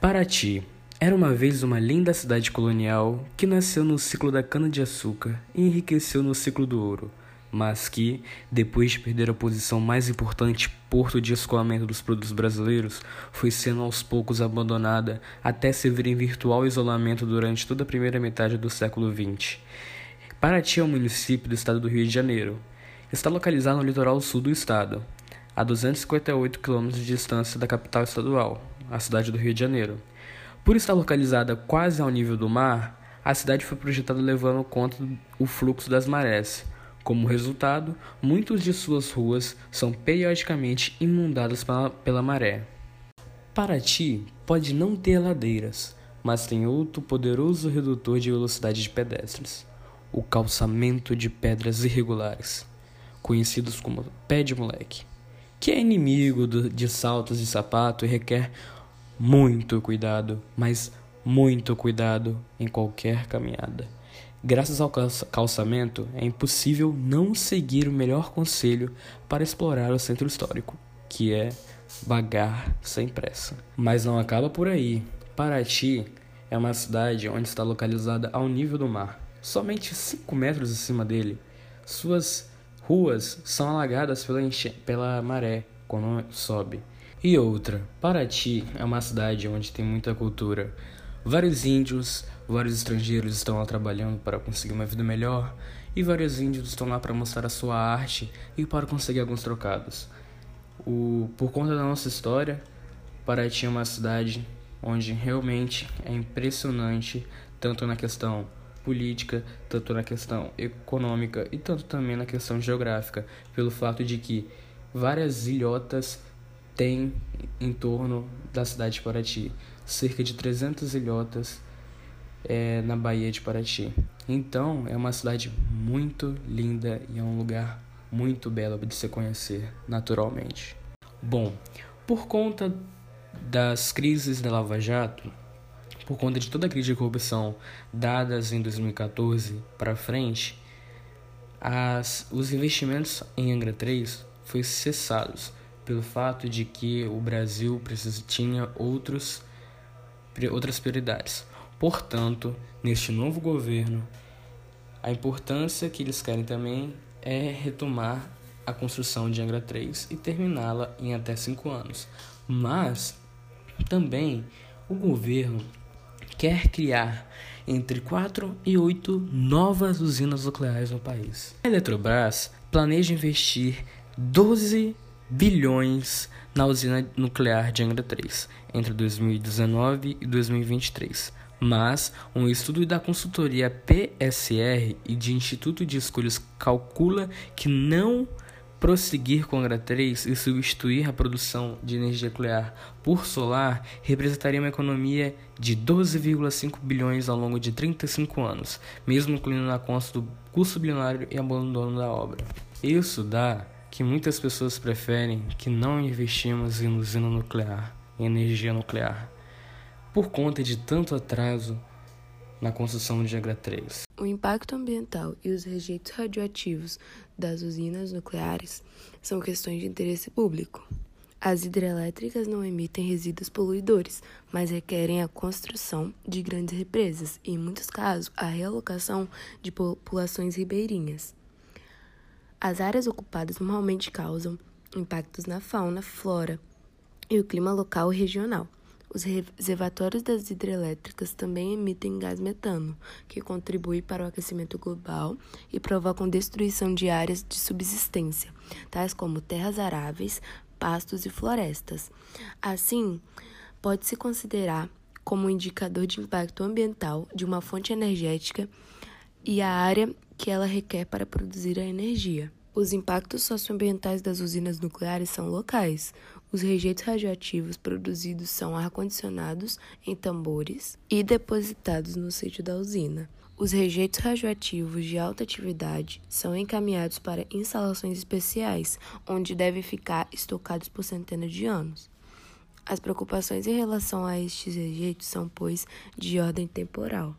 Paraty era uma vez uma linda cidade colonial que nasceu no ciclo da cana-de-açúcar e enriqueceu no ciclo do ouro, mas que, depois de perder a posição mais importante porto de escoamento dos produtos brasileiros, foi sendo aos poucos abandonada até servir em virtual isolamento durante toda a primeira metade do século XX. Paraty é um município do estado do Rio de Janeiro. Está localizado no litoral sul do estado, a 258 km de distância da capital estadual, a cidade do Rio de Janeiro. Por estar localizada quase ao nível do mar, a cidade foi projetada levando conta do fluxo das marés. Como resultado, muitas de suas ruas são periodicamente inundadas pela maré. Paraty pode não ter ladeiras, mas tem outro poderoso redutor de velocidade de pedestres: o calçamento de pedras irregulares, conhecidos como pé de moleque, que é inimigo de saltos de sapato e requer muito cuidado, mas muito cuidado em qualquer caminhada. Graças ao calçamento, é impossível não seguir o melhor conselho para explorar o centro histórico, que é vagar sem pressa. Mas não acaba por aí. Paraty é uma cidade onde está localizada ao nível do mar, somente 5 metros acima dele. Suas ruas são alagadas pela maré quando sobe. E outra, Paraty é uma cidade onde tem muita cultura. Vários índios, vários estrangeiros estão lá trabalhando para conseguir uma vida melhor, e vários índios estão lá para mostrar a sua arte e para conseguir alguns trocados. Por conta da nossa história, Paraty é uma cidade onde realmente é impressionante, tanto na questão política, tanto na questão econômica e tanto também na questão geográfica, pelo fato de que várias ilhotas tem em torno da cidade de Paraty, cerca de 300 ilhotas na Baía de Paraty. Então, é uma cidade muito linda e é um lugar muito belo de se conhecer naturalmente. Bom, por conta das crises da Lava Jato, por conta de toda a crise de corrupção dadas em 2014 para frente, os investimentos em Angra 3 foram cessados, pelo fato de que o Brasil tinha outras prioridades. Portanto, neste novo governo, a importância que eles querem também é retomar a construção de Angra 3 e terminá-la em até 5 anos. Mas, também, o governo quer criar entre 4 e 8 novas usinas nucleares no país. A Eletrobras planeja investir 12 bilhões na usina nuclear de Angra 3 entre 2019 e 2023, mas um estudo da consultoria PSR e de Instituto de Escolhas calcula que não prosseguir com Angra 3 e substituir a produção de energia nuclear por solar representaria uma economia de 12,5 bilhões ao longo de 35 anos, mesmo incluindo na conta do custo bilionário e abandono da obra. Isso dá que muitas pessoas preferem que não investimos em usina nuclear, em energia nuclear, por conta de tanto atraso na construção de Angra 3. O impacto ambiental e os rejeitos radioativos das usinas nucleares são questões de interesse público. As hidrelétricas não emitem resíduos poluidores, mas requerem a construção de grandes represas e, em muitos casos, a realocação de populações ribeirinhas. As áreas ocupadas normalmente causam impactos na fauna, flora e o clima local e regional. Os reservatórios das hidrelétricas também emitem gás metano, que contribui para o aquecimento global e provocam destruição de áreas de subsistência, tais como terras aráveis, pastos e florestas. Assim, pode-se considerar como um indicador de impacto ambiental de uma fonte energética e a área que ela requer para produzir a energia. Os impactos socioambientais das usinas nucleares são locais. Os rejeitos radioativos produzidos são ar-condicionados em tambores e depositados no sítio da usina. Os rejeitos radioativos de alta atividade são encaminhados para instalações especiais, onde devem ficar estocados por centenas de anos. As preocupações em relação a estes rejeitos são, pois, de ordem temporal.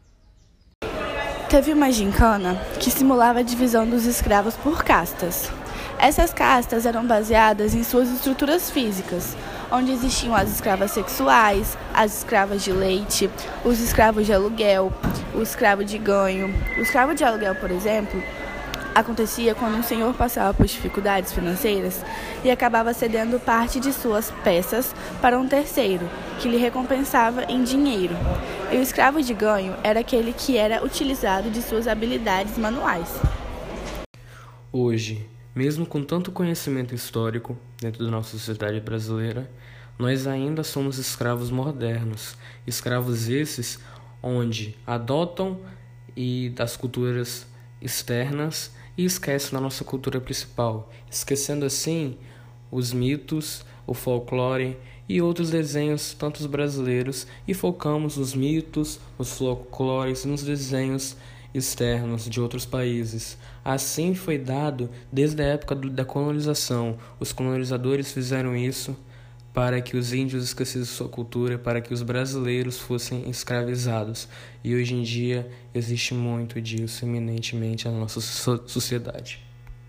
Teve uma gincana que simulava a divisão dos escravos por castas. Essas castas eram baseadas em suas estruturas físicas, onde existiam as escravas sexuais, as escravas de leite, os escravos de aluguel, o escravo de ganho. O escravo de aluguel, por exemplo, acontecia quando um senhor passava por dificuldades financeiras e acabava cedendo parte de suas peças para um terceiro, que lhe recompensava em dinheiro. E o escravo de ganho era aquele que era utilizado de suas habilidades manuais. Hoje, mesmo com tanto conhecimento histórico dentro da nossa sociedade brasileira, nós ainda somos escravos modernos, escravos esses onde adotam e das culturas externas e esquecem da nossa cultura principal, esquecendo assim os mitos, o folclore e outros desenhos, tantos brasileiros, e focamos nos mitos, os folclores e nos desenhos externos de outros países. Assim foi dado desde a época da colonização. Os colonizadores fizeram isso para que os índios esquecessem sua cultura, para que os brasileiros fossem escravizados. E hoje em dia existe muito disso eminentemente na nossa sociedade.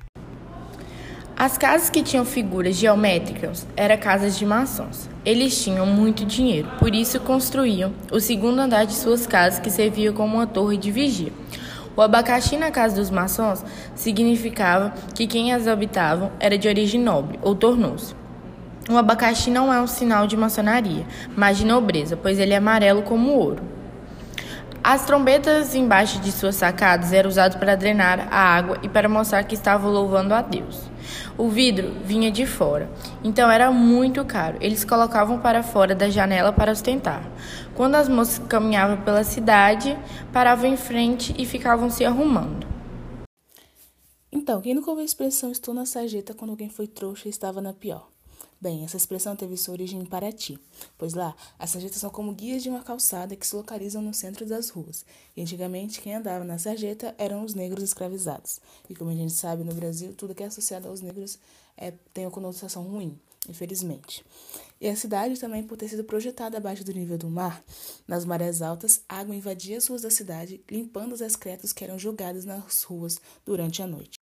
As casas que tinham figuras geométricas eram casas de maçons. Eles tinham muito dinheiro, por isso construíam o segundo andar de suas casas, que servia como uma torre de vigia. O abacaxi na casa dos maçons significava que quem as habitavam era de origem nobre ou tornou-se. O abacaxi não é um sinal de maçonaria, mas de nobreza, pois ele é amarelo como ouro. As trombetas embaixo de suas sacadas eram usadas para drenar a água e para mostrar que estavam louvando a Deus. O vidro vinha de fora, então era muito caro. Eles colocavam para fora da janela para ostentar. Quando as moças caminhavam pela cidade, paravam em frente e ficavam se arrumando. Então, quem nunca ouviu a expressão "estou na sarjeta" quando alguém foi trouxa e estava na pior? Bem, essa expressão teve sua origem em Paraty, pois lá as sarjetas são como guias de uma calçada que se localizam no centro das ruas. E antigamente quem andava na sarjeta eram os negros escravizados. E como a gente sabe, no Brasil, tudo que é associado aos negros tem uma conotação ruim, infelizmente. E a cidade também, por ter sido projetada abaixo do nível do mar, nas marés altas, a água invadia as ruas da cidade, limpando os excretos que eram jogados nas ruas durante a noite.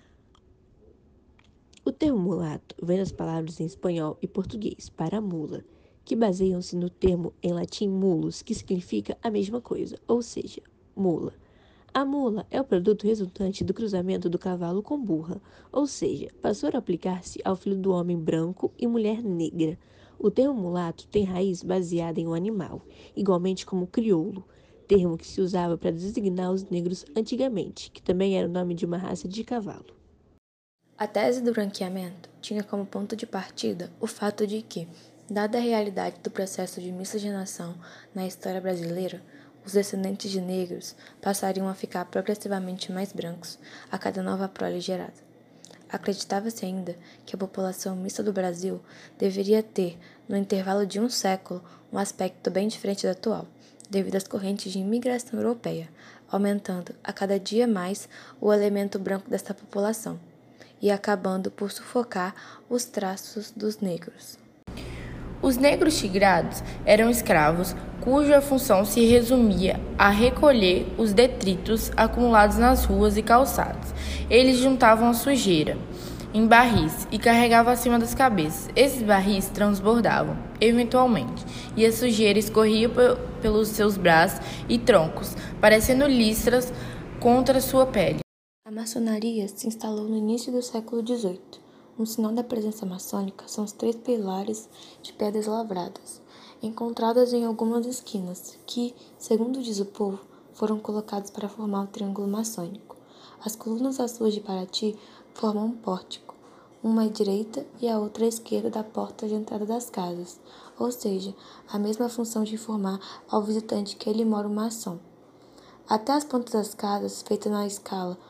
O termo mulato vem das palavras em espanhol e português para mula, que baseiam-se no termo em latim mulus, que significa a mesma coisa, ou seja, mula. A mula é o produto resultante do cruzamento do cavalo com burra, ou seja, passou a aplicar-se ao filho do homem branco e mulher negra. O termo mulato tem raiz baseada em um animal, igualmente como crioulo, termo que se usava para designar os negros antigamente, que também era o nome de uma raça de cavalo. A tese do branqueamento tinha como ponto de partida o fato de que, dada a realidade do processo de miscigenação na história brasileira, os descendentes de negros passariam a ficar progressivamente mais brancos a cada nova prole gerada. Acreditava-se ainda que a população mista do Brasil deveria ter, no intervalo de um século, um aspecto bem diferente do atual, devido às correntes de imigração europeia, aumentando a cada dia mais o elemento branco desta população e acabando por sufocar os traços dos negros. Os negros tigrados eram escravos cuja função se resumia a recolher os detritos acumulados nas ruas e calçadas. Eles juntavam a sujeira em barris e carregavam acima das cabeças. Esses barris transbordavam, eventualmente, e a sujeira escorria pelos seus braços e troncos, parecendo listras contra sua pele. A maçonaria se instalou no início do século XVIII. Um sinal da presença maçônica são os 3 pilares de pedras lavradas, encontradas em algumas esquinas, que, segundo diz o povo, foram colocados para formar o triângulo maçônico. As colunas azuis de Paraty formam um pórtico, uma à direita e a outra à esquerda da porta de entrada das casas, ou seja, a mesma função de informar ao visitante que ali mora um maçom. Até as pontas das casas, feitas na escala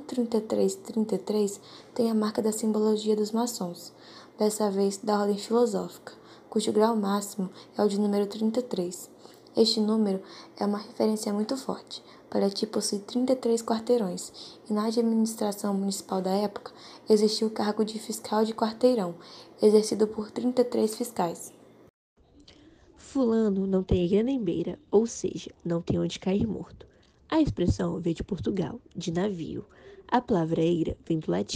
1:33:33, tem a marca da simbologia dos maçons, dessa vez da ordem filosófica, cujo grau máximo é o de número 33. Este número é uma referência muito forte. Paraty possui 33 quarteirões, e na administração municipal da época existia o cargo de fiscal de quarteirão, exercido por 33 fiscais. Fulano não tem igreja nem beira, ou seja, não tem onde cair morto. A expressão veio de Portugal, de navio. A palavra eira vem do latim,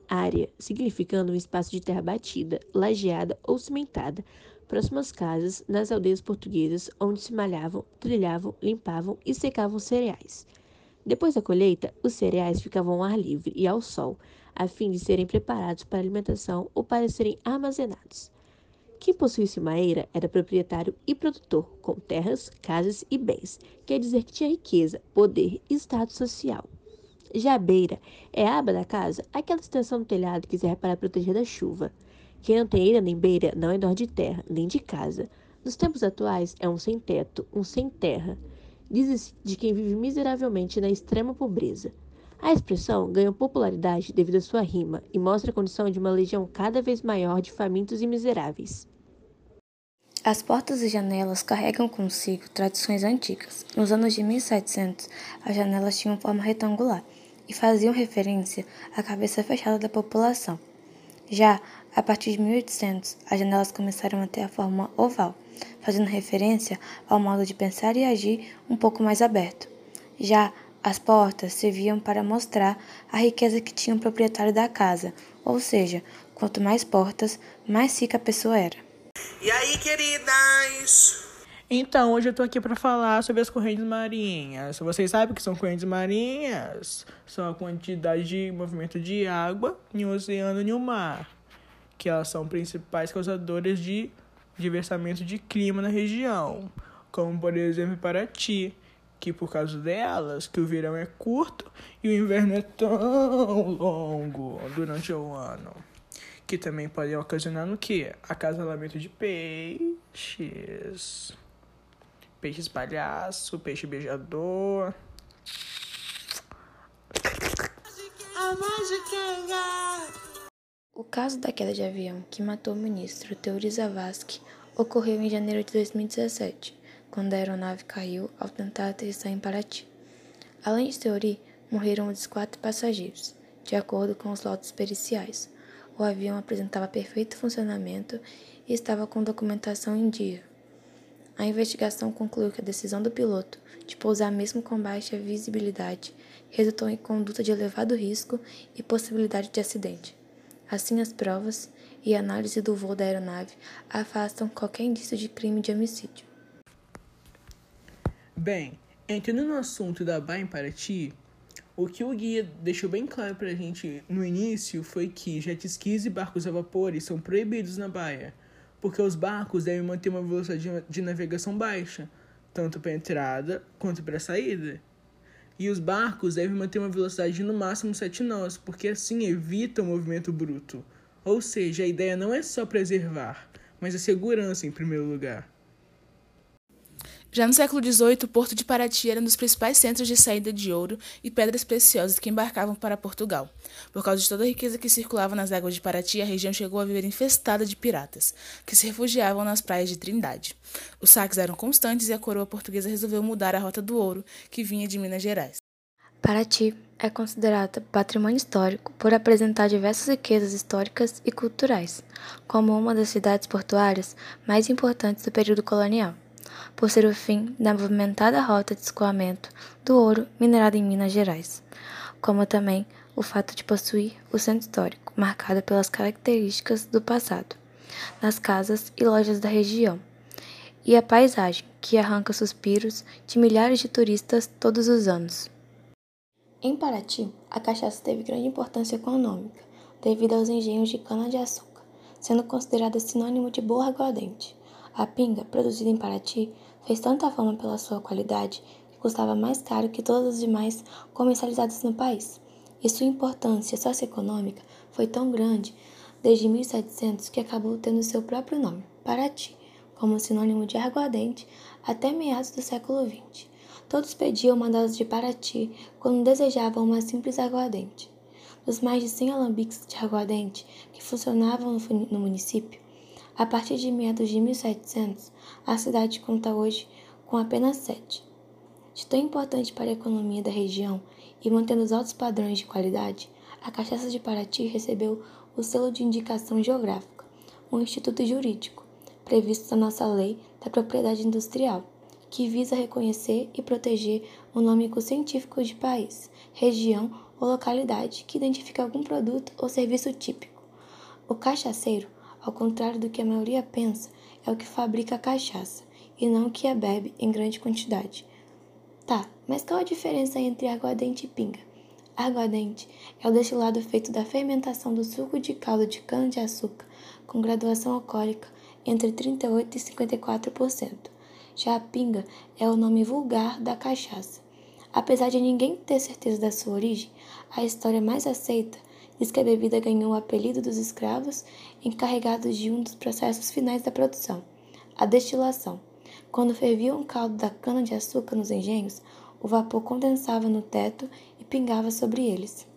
área, significando um espaço de terra batida, lajeada ou cimentada, próximo às casas, nas aldeias portuguesas, onde se malhavam, trilhavam, limpavam e secavam cereais. Depois da colheita, os cereais ficavam ao ar livre e ao sol, a fim de serem preparados para alimentação ou para serem armazenados. Quem possuísse uma eira era proprietário e produtor, com terras, casas e bens, quer dizer que tinha riqueza, poder e status social. Já a beira é a aba da casa, aquela extensão do telhado que serve para proteger da chuva. Quem não tem eira nem beira não é dono de terra, nem de casa. Nos tempos atuais, é um sem-teto, um sem-terra. Diz-se de quem vive miseravelmente na extrema pobreza. A expressão ganhou popularidade devido à sua rima e mostra a condição de uma legião cada vez maior de famintos e miseráveis. As portas e janelas carregam consigo tradições antigas. Nos anos de 1700, as janelas tinham forma retangular e faziam referência à cabeça fechada da população. Já a partir de 1800, as janelas começaram a ter a forma oval, fazendo referência ao modo de pensar e agir um pouco mais aberto. Já as portas serviam para mostrar a riqueza que tinha o proprietário da casa, ou seja, quanto mais portas, mais rica a pessoa era. E aí, queridas? Então, hoje eu tô aqui para falar sobre as correntes marinhas. Vocês sabem o que são correntes marinhas? São a quantidade de movimento de água em um oceano e em um mar, que elas são principais causadoras de diversamento de clima na região, como por exemplo Paraty, que por causa delas, que o verão é curto e o inverno é tão longo durante o ano, que também podem ocasionar no quê? Acasalamento de peixes, peixes palhaço, peixe beijador. O caso da queda de avião que matou o ministro Teori Zavascki ocorreu em janeiro de 2017, quando a aeronave caiu ao tentar aterrissar em Paraty. Além de Teori, morreram outros 4 passageiros, de acordo com os laudos periciais. O avião apresentava perfeito funcionamento e estava com documentação em dia. A investigação concluiu que a decisão do piloto de pousar mesmo com baixa visibilidade resultou em conduta de elevado risco e possibilidade de acidente. Assim, as provas e análise do voo da aeronave afastam qualquer indício de crime de homicídio. Bem, entrando no assunto da baía em Paraty, o que o guia deixou bem claro pra gente no início foi que jet skis e barcos a vapor são proibidos na baía, porque os barcos devem manter uma velocidade de navegação baixa, tanto para a entrada quanto para a saída. E os barcos devem manter uma velocidade de no máximo 7 nós, porque assim evita o movimento bruto. Ou seja, a ideia não é só preservar, mas a segurança em primeiro lugar. Já no século XVIII, o Porto de Paraty era um dos principais centros de saída de ouro e pedras preciosas que embarcavam para Portugal. Por causa de toda a riqueza que circulava nas águas de Paraty, a região chegou a viver infestada de piratas, que se refugiavam nas praias de Trindade. Os saques eram constantes e a coroa portuguesa resolveu mudar a rota do ouro, que vinha de Minas Gerais. Paraty é considerada patrimônio histórico por apresentar diversas riquezas históricas e culturais, como uma das cidades portuárias mais importantes do período colonial, por ser o fim da movimentada rota de escoamento do ouro minerado em Minas Gerais, como também o fato de possuir o centro histórico, marcado pelas características do passado, nas casas e lojas da região, e a paisagem, que arranca suspiros de milhares de turistas todos os anos. Em Paraty, a cachaça teve grande importância econômica, devido aos engenhos de cana-de-açúcar, sendo considerada sinônimo de boa aguardente. A pinga, produzida em Paraty, fez tanta fama pela sua qualidade que custava mais caro que todas as demais comercializadas no país. E sua importância socioeconômica foi tão grande desde 1700 que acabou tendo seu próprio nome, Paraty, como sinônimo de aguardente até meados do século XX. Todos pediam uma dose de Paraty quando desejavam uma simples aguardente. Dos mais de 100 alambiques de aguardente que funcionavam no município, a partir de meados de 1700, a cidade conta hoje com apenas 7. De tão importante para a economia da região e mantendo os altos padrões de qualidade, a cachaça de Paraty recebeu o selo de indicação geográfica, um instituto jurídico, previsto na nossa Lei da Propriedade Industrial, que visa reconhecer e proteger o nome científico de país, região ou localidade que identifique algum produto ou serviço típico. O cachaceiro, ao contrário do que a maioria pensa, é o que fabrica a cachaça, e não o que a bebe em grande quantidade. Tá, mas qual a diferença entre aguardente e pinga? Aguardente é o destilado feito da fermentação do suco de caldo de cana-de-açúcar, com graduação alcoólica entre 38% e 54%. Já a pinga é o nome vulgar da cachaça. Apesar de ninguém ter certeza da sua origem, a história mais aceita diz que a bebida ganhou o apelido dos escravos encarregados de um dos processos finais da produção, a destilação. Quando fervia um caldo da cana-de-açúcar nos engenhos, o vapor condensava no teto e pingava sobre eles.